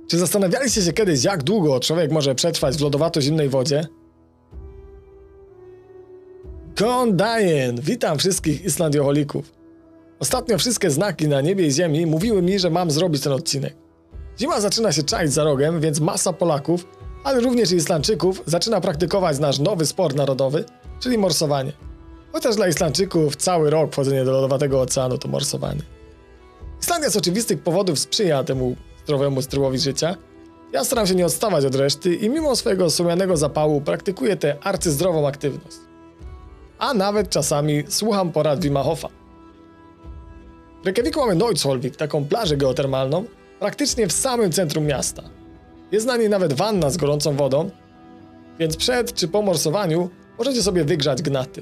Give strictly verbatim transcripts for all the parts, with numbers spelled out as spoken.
Czy zastanawialiście się kiedyś, jak długo człowiek może przetrwać w lodowato-zimnej wodzie? Gone Diane! Witam wszystkich islandioholików. Ostatnio wszystkie znaki na niebie i ziemi mówiły mi, że mam zrobić ten odcinek. Zima zaczyna się czaić za rogiem, więc masa Polaków, ale również i Islandczyków zaczyna praktykować nasz nowy sport narodowy, czyli morsowanie. Chociaż dla Islandczyków cały rok wchodzenie do lodowatego oceanu to morsowanie. Islandia z oczywistych powodów sprzyja temu zdrowemu stylowi życia. Ja staram się nie odstawać od reszty i mimo swojego słomianego zapału praktykuję tę arcyzdrową aktywność. A nawet czasami słucham porad Wima Hofa. W Reykjaviku mamy Nauthólsvík, taką plażę geotermalną, praktycznie w samym centrum miasta. Jest na niej nawet wanna z gorącą wodą, więc przed czy po morsowaniu możecie sobie wygrzać gnaty.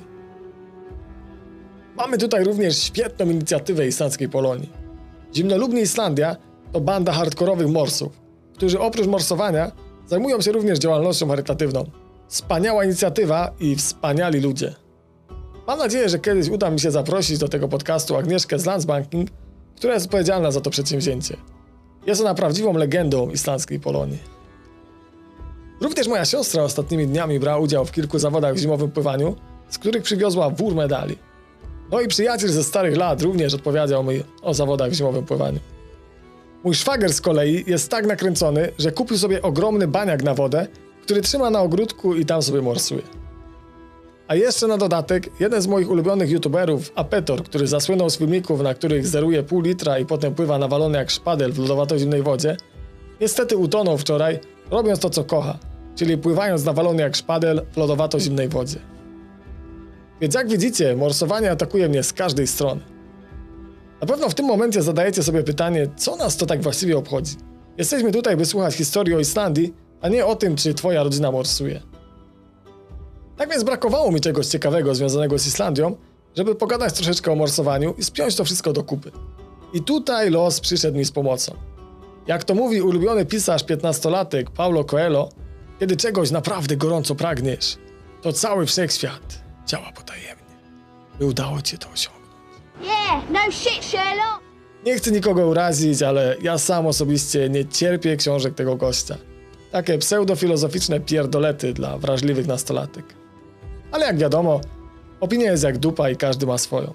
Mamy tutaj również świetną inicjatywę islandzkiej Polonii. Zimnolubni Islandia to banda hardkorowych morsów, którzy oprócz morsowania zajmują się również działalnością charytatywną. Wspaniała inicjatywa i wspaniali ludzie. Mam nadzieję, że kiedyś uda mi się zaprosić do tego podcastu Agnieszkę z Landsbanking, która jest odpowiedzialna za to przedsięwzięcie. Jest ona prawdziwą legendą islandzkiej Polonii. Również moja siostra ostatnimi dniami brała udział w kilku zawodach w zimowym pływaniu, z których przywiozła wór medali. No i przyjaciel ze starych lat również odpowiedział mi o zawodach w zimowym pływaniu. Mój szwagier z kolei jest tak nakręcony, że kupił sobie ogromny baniak na wodę, który trzyma na ogródku i tam sobie morsuje. A jeszcze na dodatek, jeden z moich ulubionych youtuberów, Apetor, który zasłynął z filmików, na których zeruje pół litra i potem pływa nawalony jak szpadel w lodowato-zimnej wodzie, niestety utonął wczoraj, robiąc to co kocha, czyli pływając nawalony jak szpadel w lodowato-zimnej wodzie. Więc jak widzicie, morsowanie atakuje mnie z każdej strony. Na pewno w tym momencie zadajecie sobie pytanie, co nas to tak właściwie obchodzi. Jesteśmy tutaj, by słuchać historii o Islandii, a nie o tym, czy twoja rodzina morsuje. Tak więc brakowało mi czegoś ciekawego związanego z Islandią, żeby pogadać troszeczkę o morsowaniu i spiąć to wszystko do kupy. I tutaj los przyszedł mi z pomocą. Jak to mówi ulubiony pisarz piętnastolatek Paulo Coelho, kiedy czegoś naprawdę gorąco pragniesz, to cały wszechświat działa potajemnie, by udało ci to osiągnąć. Yeah, no shit, Sherlock! Nie chcę nikogo urazić, ale ja sam osobiście nie cierpię książek tego gościa. Takie pseudofilozoficzne pierdolety dla wrażliwych nastolatek. Ale jak wiadomo, opinia jest jak dupa i każdy ma swoją.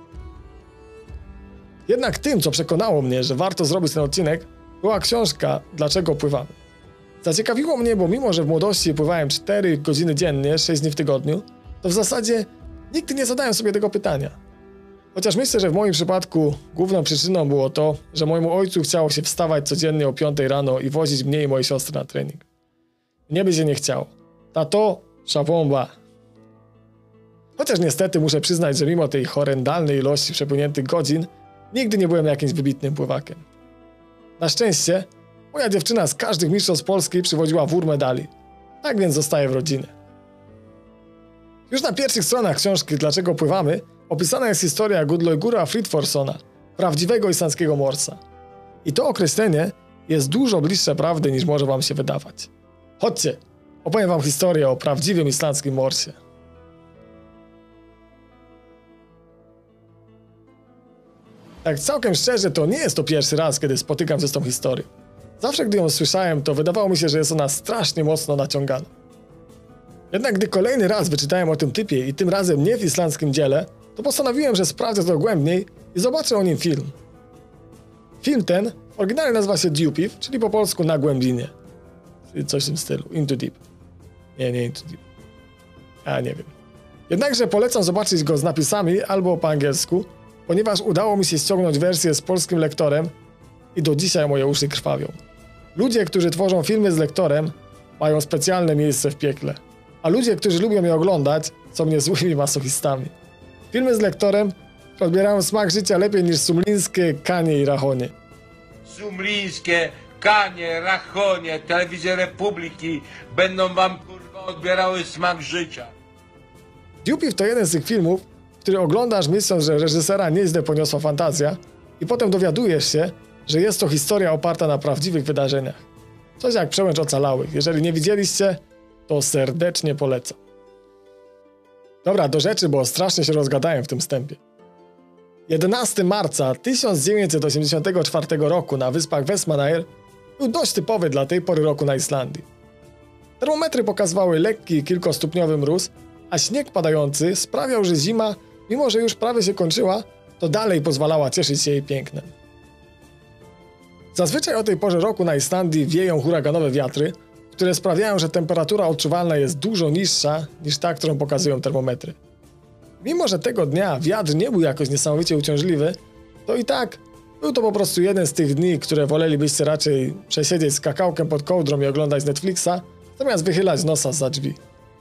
Jednak tym, co przekonało mnie, że warto zrobić ten odcinek, była książka Dlaczego pływamy. Zaciekawiło mnie, bo mimo, że w młodości pływałem cztery godziny dziennie, sześć dni w tygodniu, to w zasadzie nigdy nie zadałem sobie tego pytania. Chociaż myślę, że w moim przypadku główną przyczyną było to, że mojemu ojcu chciało się wstawać codziennie o piątej rano i wozić mnie i moje siostry na trening. Mnie by się nie chciało. Tato, szapomba. Chociaż niestety muszę przyznać, że mimo tej horrendalnej ilości przepłyniętych godzin, nigdy nie byłem jakimś wybitnym pływakiem. Na szczęście, moja dziewczyna z każdych mistrzostw Polski przywoziła wór medali. Tak więc zostaje w rodzinie. Już na pierwszych stronach książki Dlaczego pływamy opisana jest historia Guðlaugura Friðþórssona, prawdziwego islandzkiego morsa. I to określenie jest dużo bliższe prawdy niż może wam się wydawać. Chodźcie, opowiem wam historię o prawdziwym islandzkim morsie. Tak całkiem szczerze, to nie jest to pierwszy raz, kiedy spotykam się z tą historią. Zawsze gdy ją słyszałem, to wydawało mi się, że jest ona strasznie mocno naciągana. Jednak gdy kolejny raz wyczytałem o tym typie i tym razem nie w islandzkim dziele, to postanowiłem, że sprawdzę to głębniej i zobaczę o nim film. Film ten oryginalnie nazywa się Djupið, czyli po polsku Na głębinie. Czyli coś w tym stylu. Into Deep. Nie, nie Into Deep. A, nie wiem. Jednakże polecam zobaczyć go z napisami albo po angielsku, ponieważ udało mi się ściągnąć wersję z polskim lektorem i do dzisiaj moje uszy krwawią. Ludzie, którzy tworzą filmy z lektorem, mają specjalne miejsce w piekle. A ludzie, którzy lubią je oglądać, są niezłymi masochistami. Filmy z lektorem odbierają smak życia lepiej niż sumlińskie kanie i rachonie. Sumlińskie kanie, rachonie, telewizje Republiki będą wam kurwa odbierały smak życia. Djupið to jeden z tych filmów, który oglądasz myśląc, że reżysera nieźle poniosła fantazja i potem dowiadujesz się, że jest to historia oparta na prawdziwych wydarzeniach. Coś jak Przełęcz Ocalałych. Jeżeli nie widzieliście, to serdecznie polecam. Dobra, do rzeczy, bo strasznie się rozgadałem w tym wstępie. jedenastego marca tysiąc dziewięćset osiemdziesiątego czwartego roku na wyspach Vestmannaeyjar był dość typowy dla tej pory roku na Islandii. Termometry pokazywały lekki, kilkostopniowy mróz, a śnieg padający sprawiał, że zima, mimo że już prawie się kończyła, to dalej pozwalała cieszyć się jej pięknem. Zazwyczaj o tej porze roku na Islandii wieją huraganowe wiatry, które sprawiają, że temperatura odczuwalna jest dużo niższa niż ta, którą pokazują termometry. Mimo że tego dnia wiatr nie był jakoś niesamowicie uciążliwy, to i tak był to po prostu jeden z tych dni, które wolelibyście raczej przesiedzieć z kakałkiem pod kołdrą i oglądać Netflixa, zamiast wychylać nosa zza drzwi.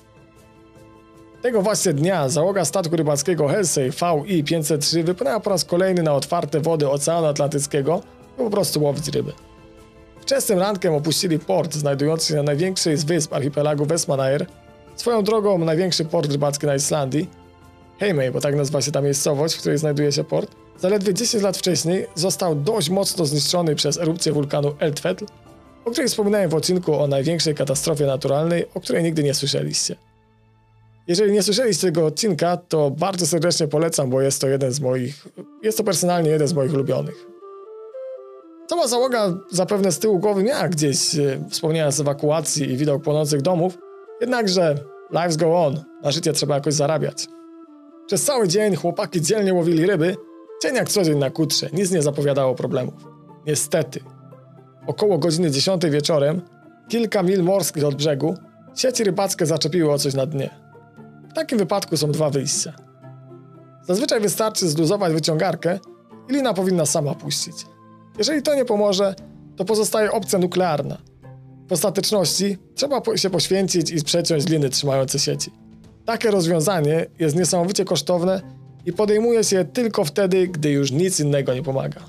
Tego właśnie dnia załoga statku rybackiego Helsey V I pięćset trzy wypłynęła po raz kolejny na otwarte wody Oceanu Atlantyckiego, by po prostu łowić ryby. Wczesnym rankiem opuścili port znajdujący się na największej z wysp archipelagu Vestmannaeyjar, swoją drogą największy port rybacki na Islandii, Heimaey, bo tak nazywa się ta miejscowość, w której znajduje się port, zaledwie dziesięć lat wcześniej został dość mocno zniszczony przez erupcję wulkanu Eldfell, o której wspominałem w odcinku o największej katastrofie naturalnej, o której nigdy nie słyszeliście. Jeżeli nie słyszeliście tego odcinka, to bardzo serdecznie polecam, bo jest to jeden z moich, jest to personalnie jeden z moich ulubionych. Cała załoga zapewne z tyłu głowy miała gdzieś e, wspomnienia z ewakuacji i widok płonących domów, jednakże lives go on, na życie trzeba jakoś zarabiać. Przez cały dzień chłopaki dzielnie łowili ryby, dzień jak co dzień na kutrze, nic nie zapowiadało problemów. Niestety, około godziny dziesiątej wieczorem, kilka mil morskich od brzegu, sieci rybackie zaczepiły o coś na dnie. W takim wypadku są dwa wyjścia. Zazwyczaj wystarczy zluzować wyciągarkę i lina powinna sama puścić. Jeżeli to nie pomoże, to pozostaje opcja nuklearna. W ostateczności trzeba się poświęcić i przeciąć liny trzymające sieci. Takie rozwiązanie jest niesamowicie kosztowne i podejmuje się je tylko wtedy, gdy już nic innego nie pomaga.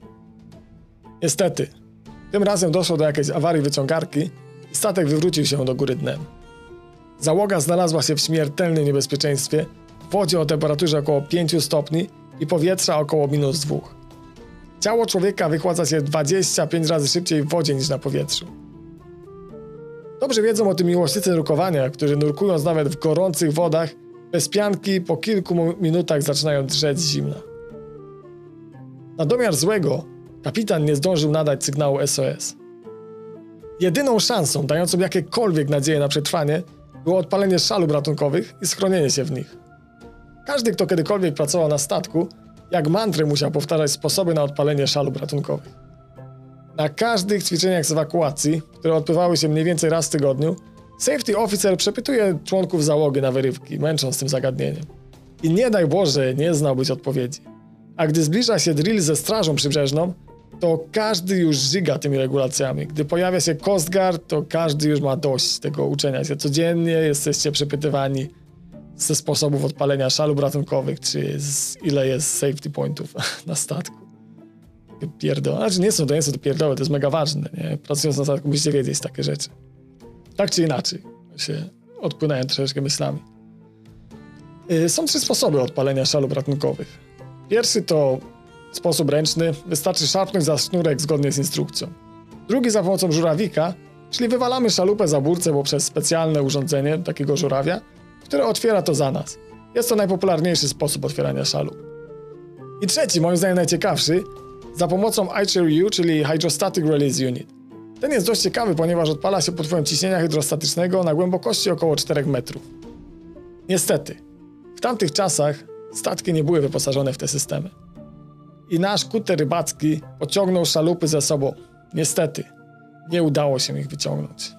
Niestety, tym razem doszło do jakiejś awarii wyciągarki i statek wywrócił się do góry dnem. Załoga znalazła się w śmiertelnym niebezpieczeństwie, w wodzie o temperaturze około pięciu stopni i powietrza około minus dwóch. Ciało człowieka wychładza się dwadzieścia pięć razy szybciej w wodzie niż na powietrzu. Dobrze wiedzą o tym miłośnicy nurkowania, którzy nurkując nawet w gorących wodach, bez pianki po kilku minutach zaczynają drzeć z zimna. Na domiar złego, kapitan nie zdążył nadać sygnału S O S. Jedyną szansą dającą jakiekolwiek nadzieję na przetrwanie było odpalenie szalub ratunkowych i schronienie się w nich. Każdy, kto kiedykolwiek pracował na statku, jak mantrę musiał powtarzać sposoby na odpalenie szalub ratunkowych. Na każdych ćwiczeniach z ewakuacji, które odbywały się mniej więcej raz w tygodniu, safety officer przepytuje członków załogi na wyrywki, męcząc tym zagadnieniem. I nie daj Boże, nie znał być odpowiedzi. A gdy zbliża się drill ze strażą przybrzeżną, to każdy już żyga tymi regulacjami. Gdy pojawia się Coast Guard, to każdy już ma dość tego uczenia się. Codziennie jesteście przepytywani ze sposobów odpalenia szalub ratunkowych, czy z ile jest safety pointów na statku. Pierdoły. Znaczy nie są to, nie są to pierdoły, to jest mega ważne, nie? Pracując na statku musicie wiedzieć takie rzeczy. Tak czy inaczej, się odpłynąłem troszeczkę myślami. Yy, są trzy sposoby odpalenia szalub ratunkowych. Pierwszy to sposób ręczny, wystarczy szarpnąć za sznurek zgodnie z instrukcją. Drugi za pomocą żurawika, czyli wywalamy szalupę za burtę poprzez specjalne urządzenie, takiego żurawia, które otwiera to za nas. Jest to najpopularniejszy sposób otwierania szalup. I trzeci, moim zdaniem najciekawszy, za pomocą I C R U, czyli Hydrostatic Release Unit. Ten jest dość ciekawy, ponieważ odpala się pod wpływem ciśnienia hydrostatycznego na głębokości około czterech metrów. Niestety, w tamtych czasach statki nie były wyposażone w te systemy. I nasz kuter rybacki pociągnął szalupy ze sobą. Niestety, nie udało się ich wyciągnąć.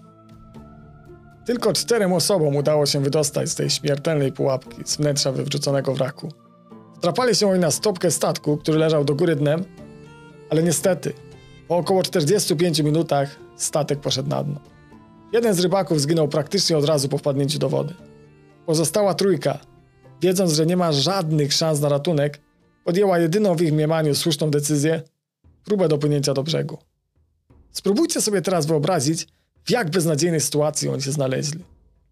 Tylko czterem osobom udało się wydostać z tej śmiertelnej pułapki, z wnętrza wywróconego wraku. Wdrapali się oni na stopkę statku, który leżał do góry dnem, ale niestety, po około czterdziestu pięciu minutach statek poszedł na dno. Jeden z rybaków zginął praktycznie od razu po wpadnięciu do wody. Pozostała trójka, wiedząc, że nie ma żadnych szans na ratunek, podjęła jedyną w ich mniemaniu słuszną decyzję, próbę dopłynięcia do brzegu. Spróbujcie sobie teraz wyobrazić, w jak beznadziejnej sytuacji oni się znaleźli.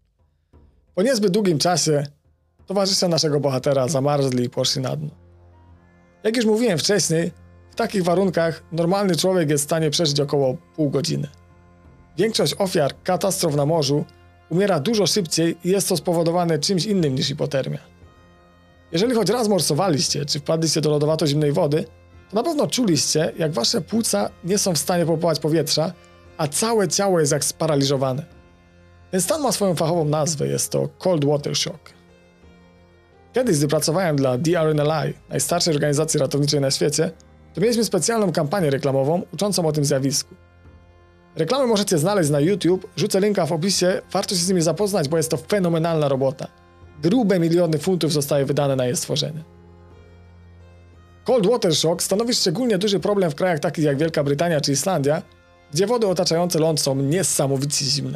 Po niezbyt długim czasie towarzysze naszego bohatera zamarzli i poszli na dno. Jak już mówiłem wcześniej, w takich warunkach normalny człowiek jest w stanie przeżyć około pół godziny. Większość ofiar katastrof na morzu umiera dużo szybciej i jest to spowodowane czymś innym niż hipotermia. Jeżeli choć raz morsowaliście, czy wpadliście do lodowato-zimnej wody, to na pewno czuliście, jak wasze płuca nie są w stanie pompować powietrza, a całe ciało jest jak sparaliżowane. Ten stan ma swoją fachową nazwę, jest to Cold Water Shock. Kiedyś, gdy pracowałem dla D R N L I, najstarszej organizacji ratowniczej na świecie, to mieliśmy specjalną kampanię reklamową uczącą o tym zjawisku. Reklamy możecie znaleźć na YouTube, rzucę linka w opisie, warto się z nimi zapoznać, bo jest to fenomenalna robota. Grube miliony funtów zostaje wydane na jej stworzenie. Cold Water Shock stanowi szczególnie duży problem w krajach takich jak Wielka Brytania czy Islandia, gdzie wody otaczające ląd są niesamowicie zimne.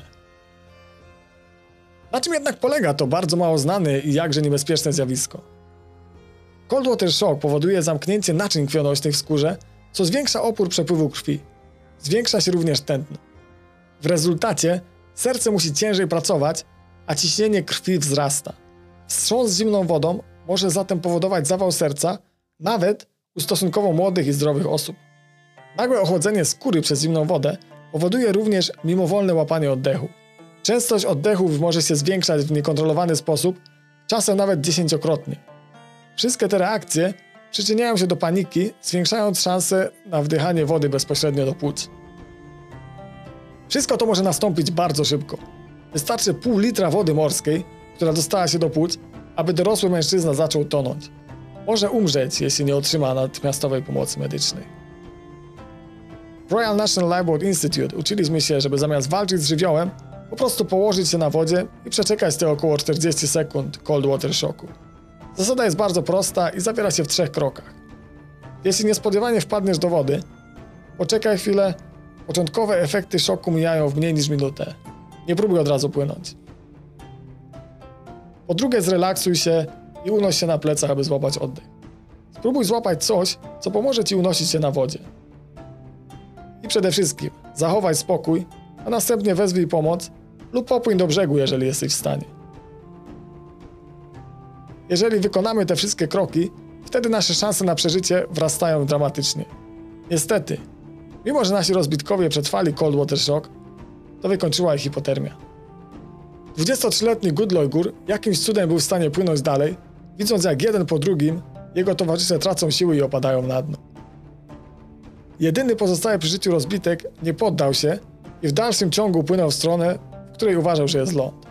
Na czym jednak polega to bardzo mało znane i jakże niebezpieczne zjawisko? Cold Water Shock powoduje zamknięcie naczyń krwionośnych w skórze, co zwiększa opór przepływu krwi. Zwiększa się również tętno. W rezultacie serce musi ciężej pracować, a ciśnienie krwi wzrasta. Wstrząs z zimną wodą może zatem powodować zawał serca nawet u stosunkowo młodych i zdrowych osób. Nagłe ochłodzenie skóry przez zimną wodę powoduje również mimowolne łapanie oddechu. Częstość oddechów może się zwiększać w niekontrolowany sposób, czasem nawet dziesięciokrotnie. Wszystkie te reakcje przyczyniają się do paniki, zwiększając szanse na wdychanie wody bezpośrednio do płuc. Wszystko to może nastąpić bardzo szybko. Wystarczy pół litra wody morskiej, która dostała się do płuc, aby dorosły mężczyzna zaczął tonąć. Może umrzeć, jeśli nie otrzyma natychmiastowej pomocy medycznej. W Royal National Lifeboat Institute uczyliśmy się, żeby zamiast walczyć z żywiołem, po prostu położyć się na wodzie i przeczekać te około czterdzieści sekund cold water shocku. Zasada jest bardzo prosta i zawiera się w trzech krokach. Jeśli niespodziewanie wpadniesz do wody, poczekaj chwilę, początkowe efekty szoku mijają w mniej niż minutę. Nie próbuj od razu płynąć. Po drugie, zrelaksuj się i unoś się na plecach, aby złapać oddech. Spróbuj złapać coś, co pomoże ci unosić się na wodzie. I przede wszystkim zachowaj spokój, a następnie wezwij pomoc lub popłyń do brzegu, jeżeli jesteś w stanie. Jeżeli wykonamy te wszystkie kroki, wtedy nasze szanse na przeżycie wzrastają dramatycznie. Niestety, mimo że nasi rozbitkowie przetrwali cold water shock, to wykończyła ich hipotermia. dwudziestotrzyletni Goodloigur jakimś cudem był w stanie płynąć dalej, widząc jak jeden po drugim jego towarzysze tracą siły i opadają na dno. Jedyny pozostały przy życiu rozbitek nie poddał się i w dalszym ciągu płynął w stronę, w której uważał, że jest ląd.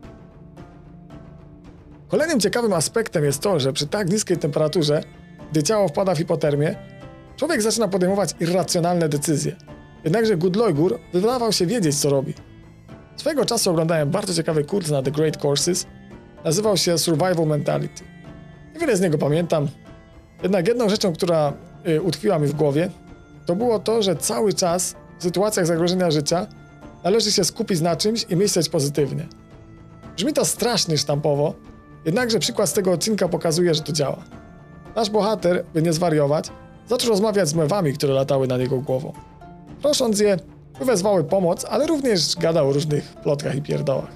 Kolejnym ciekawym aspektem jest to, że przy tak niskiej temperaturze, gdy ciało wpada w hipotermię, człowiek zaczyna podejmować irracjonalne decyzje. Jednakże Goodloigur wydawał się wiedzieć, co robi. Swego czasu oglądałem bardzo ciekawy kurs na The Great Courses. Nazywał się Survival Mentality. Niewiele z niego pamiętam. Jednak jedną rzeczą, która y, utkwiła mi w głowie, to było to, że cały czas w sytuacjach zagrożenia życia należy się skupić na czymś i myśleć pozytywnie. Brzmi to strasznie sztampowo, jednakże przykład z tego odcinka pokazuje, że to działa. Nasz bohater, by nie zwariować, zaczął rozmawiać z mewami, które latały nad jego głową. Prosząc je, by wezwały pomoc, ale również gadał o różnych plotkach i pierdołach.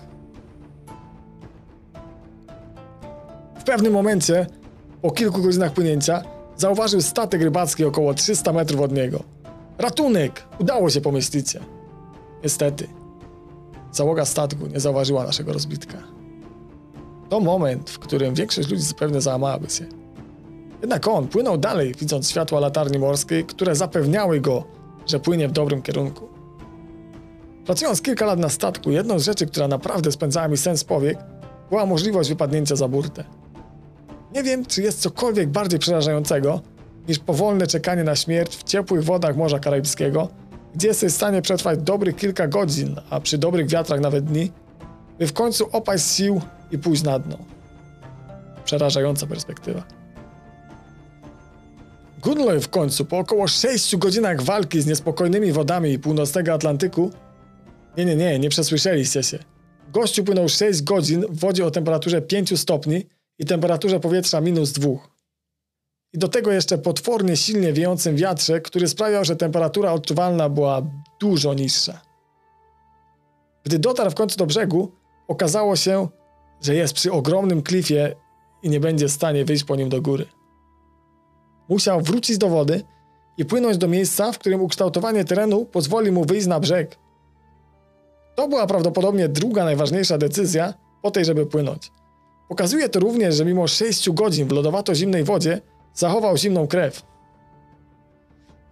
W pewnym momencie, po kilku godzinach płynięcia, zauważył statek rybacki około trzysta metrów od niego. Ratunek! Udało się, pomyślicie. Niestety, załoga statku nie zauważyła naszego rozbitka. To moment, w którym większość ludzi zapewne załamałaby się. Jednak on płynął dalej, widząc światła latarni morskiej, które zapewniały go, że płynie w dobrym kierunku. Pracując kilka lat na statku, jedną z rzeczy, która naprawdę spędzała mi sens powiek, była możliwość wypadnięcia za burtę. Nie wiem, czy jest cokolwiek bardziej przerażającego niż powolne czekanie na śmierć w ciepłych wodach Morza Karaibskiego, gdzie jesteś w stanie przetrwać dobrych kilka godzin, a przy dobrych wiatrach nawet dni, by w końcu opaść z sił i pójść na dno. Przerażająca perspektywa. Goodloe w końcu, po około sześciu godzinach walki z niespokojnymi wodami północnego Atlantyku, nie, nie, nie, nie przesłyszeliście się. Gościu płynął sześć godzin w wodzie o temperaturze pięciu stopni i temperaturze powietrza minus dwóch. I do tego jeszcze potwornie silnie wiejącym wiatrze, który sprawiał, że temperatura odczuwalna była dużo niższa. Gdy dotarł w końcu do brzegu, okazało się, że jest przy ogromnym klifie i nie będzie w stanie wyjść po nim do góry. Musiał wrócić do wody i płynąć do miejsca, w którym ukształtowanie terenu pozwoli mu wyjść na brzeg. To była prawdopodobnie druga najważniejsza decyzja po tej, żeby płynąć. Pokazuje to również, że mimo sześciu godzin w lodowato-zimnej wodzie zachował zimną krew.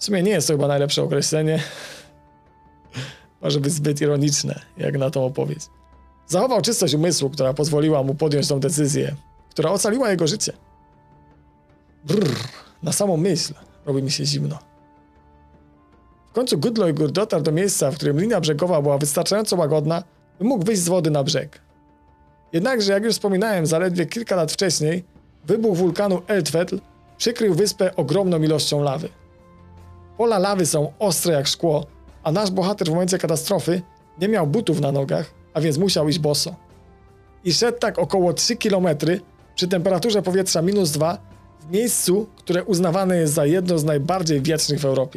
W sumie nie jest to chyba najlepsze określenie. Może być zbyt ironiczne, jak na tą opowieść. Zachował czystość umysłu, która pozwoliła mu podjąć tą decyzję, która ocaliła jego życie. Brrr, na samą myśl robi mi się zimno. W końcu Goodloigur dotarł do miejsca, w którym linia brzegowa była wystarczająco łagodna, by mógł wyjść z wody na brzeg. Jednakże, jak już wspominałem, zaledwie kilka lat wcześniej wybuch wulkanu Eldfell przykrył wyspę ogromną ilością lawy. Pola lawy są ostre jak szkło, a nasz bohater w momencie katastrofy nie miał butów na nogach, a więc musiał iść boso. I szedł tak około trzy kilometry przy temperaturze powietrza minus dwa w miejscu, które uznawane jest za jedno z najbardziej wiecznych w Europie.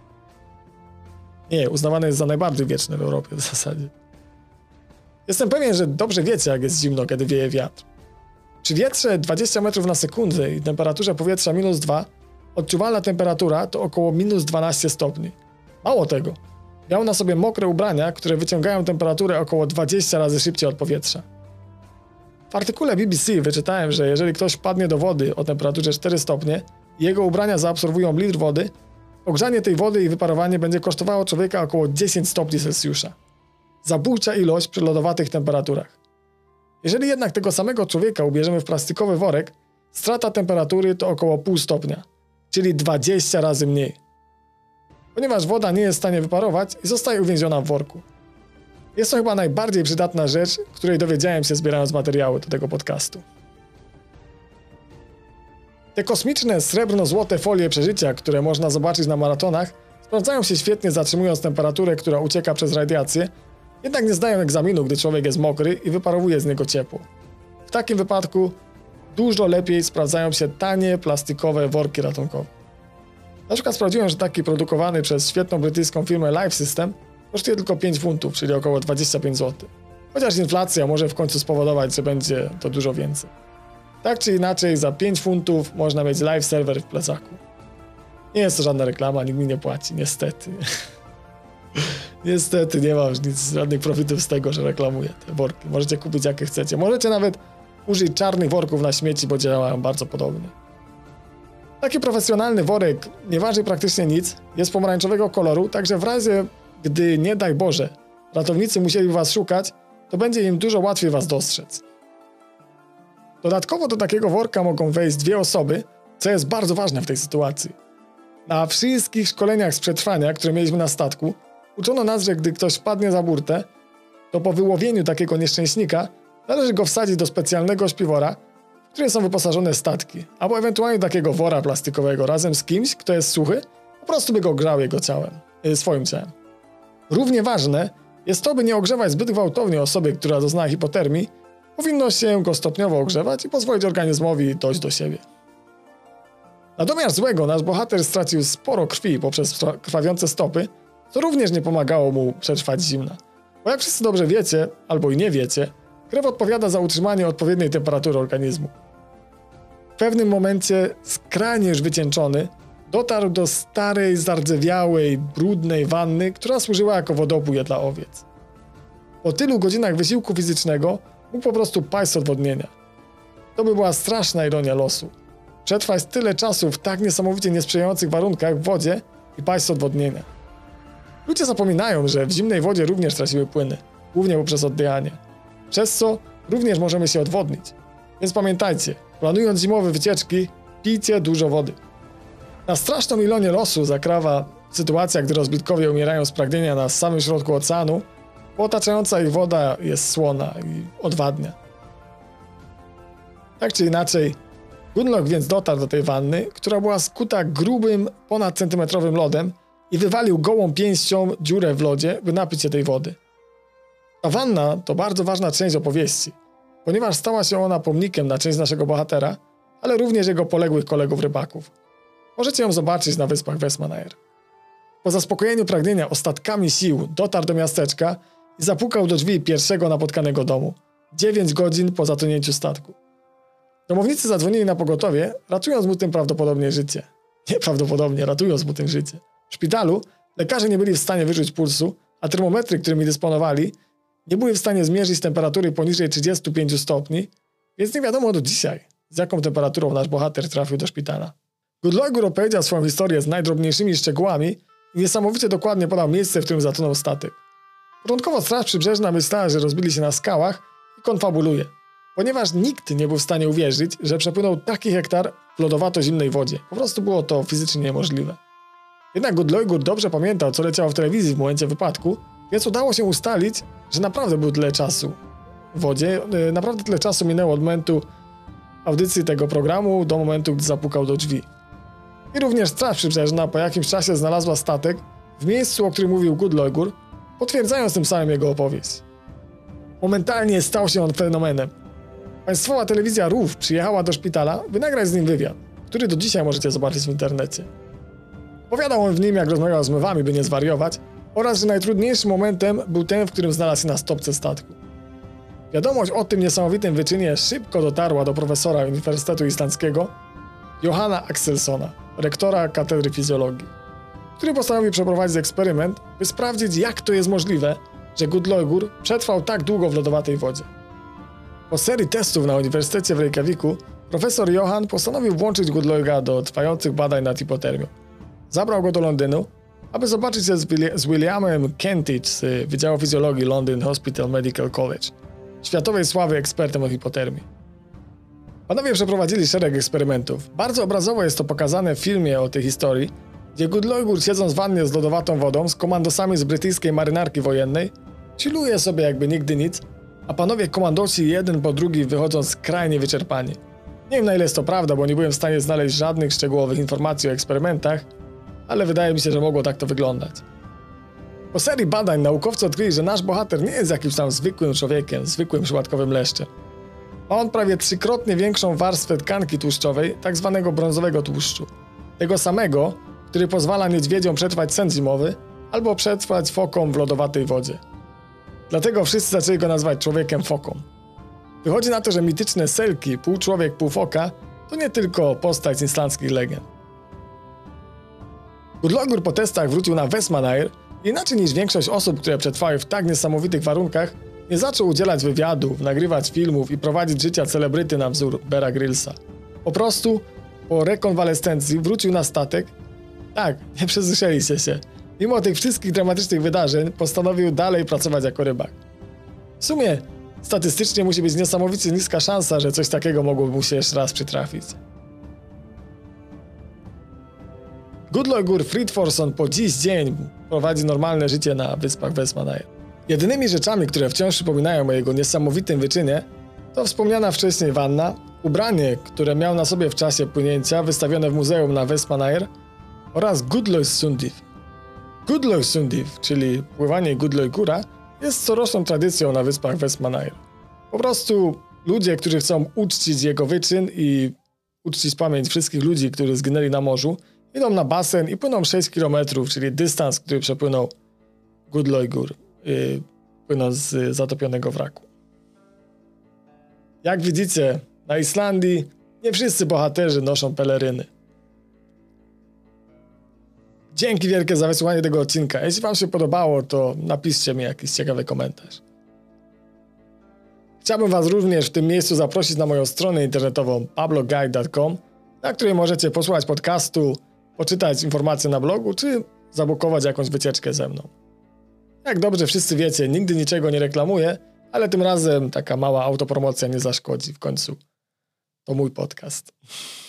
Nie, uznawane jest za najbardziej wieczne w Europie w zasadzie. Jestem pewien, że dobrze wiecie, jak jest zimno, kiedy wieje wiatr. Przy wietrze dwadzieścia metrów na sekundę i temperaturze powietrza minus dwa odczuwalna temperatura to około minus dwanaście stopni. Mało tego, miał na sobie mokre ubrania, które wyciągają temperaturę około dwadzieścia razy szybciej od powietrza. W artykule B B C wyczytałem, że jeżeli ktoś wpadnie do wody o temperaturze cztery stopnie i jego ubrania zaabsorbują litr wody, ogrzanie tej wody i wyparowanie będzie kosztowało człowieka około dziesięć stopni Celsjusza. Zabójcza ilość przy lodowatych temperaturach. Jeżeli jednak tego samego człowieka ubierzemy w plastikowy worek, strata temperatury to około pół stopnia, czyli dwadzieścia razy mniej. Ponieważ woda nie jest w stanie wyparować i zostaje uwięziona w worku. Jest to chyba najbardziej przydatna rzecz, której dowiedziałem się zbierając materiały do tego podcastu. Te kosmiczne srebrno-złote folie przeżycia, które można zobaczyć na maratonach, sprawdzają się świetnie zatrzymując temperaturę, która ucieka przez radiację, jednak nie zdają egzaminu, gdy człowiek jest mokry i wyparowuje z niego ciepło. W takim wypadku dużo lepiej sprawdzają się tanie, plastikowe worki ratunkowe. Na przykład sprawdziłem, że taki produkowany przez świetną brytyjską firmę Life System kosztuje tylko pięć funtów, czyli około dwadzieścia pięć złotych. Chociaż inflacja może w końcu spowodować, że będzie to dużo więcej. Tak czy inaczej, za pięć funtów można mieć live server w plecaku. Nie jest to żadna reklama, nikt mi nie płaci, niestety. Niestety nie mam już nic, żadnych profitów z tego, że reklamuję te worki. Możecie kupić jakie chcecie. Możecie nawet użyć czarnych worków na śmieci, bo działają bardzo podobnie. Taki profesjonalny worek nie waży praktycznie nic, jest pomarańczowego koloru, także w razie, gdy nie daj Boże, ratownicy musieli was szukać, to będzie im dużo łatwiej was dostrzec. Dodatkowo do takiego worka mogą wejść dwie osoby, co jest bardzo ważne w tej sytuacji. Na wszystkich szkoleniach z przetrwania, które mieliśmy na statku, uczono nas, że gdy ktoś wpadnie za burtę, to po wyłowieniu takiego nieszczęśnika należy go wsadzić do specjalnego śpiwora, w który są wyposażone statki, albo ewentualnie takiego wora plastikowego razem z kimś, kto jest suchy, po prostu by go grzał jego ciałem, yy, swoim ciałem. Równie ważne jest to, by nie ogrzewać zbyt gwałtownie osoby, która doznała hipotermii, powinno się go stopniowo ogrzewać i pozwolić organizmowi dojść do siebie. Na domiar złego nasz bohater stracił sporo krwi poprzez krwawiące stopy, co również nie pomagało mu przetrwać zimna. Bo jak wszyscy dobrze wiecie, albo i nie wiecie, krew odpowiada za utrzymanie odpowiedniej temperatury organizmu. W pewnym momencie, skrajnie już wycieńczony, dotarł do starej, zardzewiałej, brudnej wanny, która służyła jako wodopój dla owiec. Po tylu godzinach wysiłku fizycznego mógł po prostu paść z odwodnienia. To by była straszna ironia losu. Przetrwać tyle czasu w tak niesamowicie niesprzyjających warunkach w wodzie i paść z odwodnienia. Ludzie zapominają, że w zimnej wodzie również traciły płyny, głównie poprzez oddychanie. Przez co również możemy się odwodnić. Więc pamiętajcie, planując zimowe wycieczki, pijcie dużo wody. Na straszną ironię losu zakrawa sytuacja, gdy rozbitkowie umierają z pragnienia na samym środku oceanu, bo otaczająca ich woda jest słona i odwadnia. Tak czy inaczej, Gunlock więc dotarł do tej wanny, która była skuta grubym, ponad centymetrowym lodem i wywalił gołą pięścią dziurę w lodzie, by napić się tej wody. Ta wanna to bardzo ważna część opowieści, ponieważ stała się ona pomnikiem na część naszego bohatera, ale również jego poległych kolegów rybaków. Możecie ją zobaczyć na wyspach Vestmannaeyr. Po zaspokojeniu pragnienia ostatkami sił dotarł do miasteczka i zapukał do drzwi pierwszego napotkanego domu, dziewięć godzin po zatonięciu statku. Domownicy zadzwonili na pogotowie, ratując mu tym prawdopodobnie życie. Nieprawdopodobnie, ratując mu tym życie. W szpitalu lekarze nie byli w stanie wyczuć pulsu, a termometry, którymi dysponowali, nie były w stanie zmierzyć temperatury poniżej trzydziestu pięciu stopni, więc nie wiadomo do dzisiaj, z jaką temperaturą nasz bohater trafił do szpitala. Goodloigur opowiedział swoją historię z najdrobniejszymi szczegółami i niesamowicie dokładnie podał miejsce, w którym zatonął statek. Początkowo Straż Przybrzeżna myślała, że rozbili się na skałach i konfabuluje, ponieważ nikt nie był w stanie uwierzyć, że przepłynął taki hektar w lodowato-zimnej wodzie. Po prostu było to fizycznie niemożliwe. Jednak Goodloigur dobrze pamiętał, co leciało w telewizji w momencie wypadku, więc udało się ustalić, że naprawdę był tyle czasu w wodzie. Naprawdę tyle czasu minęło od momentu audycji tego programu do momentu, gdy zapukał do drzwi. I również Straż Przybrzeżna po jakimś czasie znalazła statek w miejscu, o którym mówił Goodloigur, potwierdzając tym samym jego opowieść. Momentalnie stał się on fenomenem. Państwowa telewizja R U F przyjechała do szpitala, by nagrać z nim wywiad, który do dzisiaj możecie zobaczyć w internecie. Opowiadał on w nim, jak rozmawiał z mywami, by nie zwariować, oraz że najtrudniejszym momentem był ten, w którym znalazł się na stopce statku. Wiadomość o tym niesamowitym wyczynie szybko dotarła do profesora Uniwersytetu Islandzkiego, Johanna Axelssona, rektora katedry fizjologii, który postanowił przeprowadzić eksperyment, by sprawdzić, jak to jest możliwe, że Goodloigur przetrwał tak długo w lodowatej wodzie. Po serii testów na Uniwersytecie w Reykjaviku, profesor Johan postanowił włączyć Goodloigura do trwających badań nad hipotermią. Zabrał go do Londynu, aby zobaczyć się z, Willi z Williamem Kentridge z Wydziału Fizjologii London Hospital Medical College, światowej sławy ekspertem o hipotermii. Panowie przeprowadzili szereg eksperymentów. Bardzo obrazowo jest to pokazane w filmie o tej historii, gdzie Goodloigur, siedząc w wannie z lodowatą wodą z komandosami z brytyjskiej marynarki wojennej, chilluje sobie jakby nigdy nic, a panowie komandosi jeden po drugi wychodzą skrajnie wyczerpani. Nie wiem, na ile jest to prawda, bo nie byłem w stanie znaleźć żadnych szczegółowych informacji o eksperymentach, ale wydaje mi się, że mogło tak to wyglądać. Po serii badań naukowcy odkryli, że nasz bohater nie jest jakimś tam zwykłym człowiekiem, zwykłym przypadkowym leszczem. Ma on prawie trzykrotnie większą warstwę tkanki tłuszczowej, tak zwanego brązowego tłuszczu. Tego samego, który pozwala niedźwiedziom przetrwać sen zimowy albo przetrwać fokom w lodowatej wodzie. Dlatego wszyscy zaczęli go nazywać człowiekiem foką. Wychodzi na to, że mityczne Selki, pół człowiek, pół foka, to nie tylko postać z islandzkich legend. Goodloigur po testach wrócił na Vestmannaeyr i inaczej niż większość osób, które przetrwały w tak niesamowitych warunkach, nie zaczął udzielać wywiadów, nagrywać filmów i prowadzić życia celebryty na wzór Beara Gryllsa. Po prostu po rekonwalescencji wrócił na statek. Tak, nie przesłyszeliście się. Mimo tych wszystkich dramatycznych wydarzeń postanowił dalej pracować jako rybak. W sumie statystycznie musi być niesamowicie niska szansa, że coś takiego mogłoby mu się jeszcze raz przytrafić. Goodloigur Fridtjorsson po dziś dzień prowadzi normalne życie na wyspach Vestmannaeyr. Jedynymi rzeczami, które wciąż przypominają o jego niesamowitym wyczynie, to wspomniana wcześniej wanna, ubranie, które miał na sobie w czasie płynięcia, wystawione w muzeum na Vestmannaeyr, oraz Gudlaugssundið. Gudlaugssundið, czyli pływanie Goodloigura, jest coroczną tradycją na wyspach Vestmannaeyr. Po prostu ludzie, którzy chcą uczcić jego wyczyn i uczcić pamięć wszystkich ludzi, którzy zginęli na morzu, idą na basen i płyną sześć kilometrów, czyli dystans, który przepłynął Goodloigur, yy, płynąc z zatopionego wraku. Jak widzicie, na Islandii nie wszyscy bohaterzy noszą peleryny. Dzięki wielkie za wysłuchanie tego odcinka. Jeśli wam się podobało, to napiszcie mi jakiś ciekawy komentarz. Chciałbym was również w tym miejscu zaprosić na moją stronę internetową pabloguide kropka com, na której możecie posłuchać podcastu, poczytać informacje na blogu, czy zabukować jakąś wycieczkę ze mną. Jak dobrze wszyscy wiecie, nigdy niczego nie reklamuję, ale tym razem taka mała autopromocja nie zaszkodzi. W końcu to mój podcast.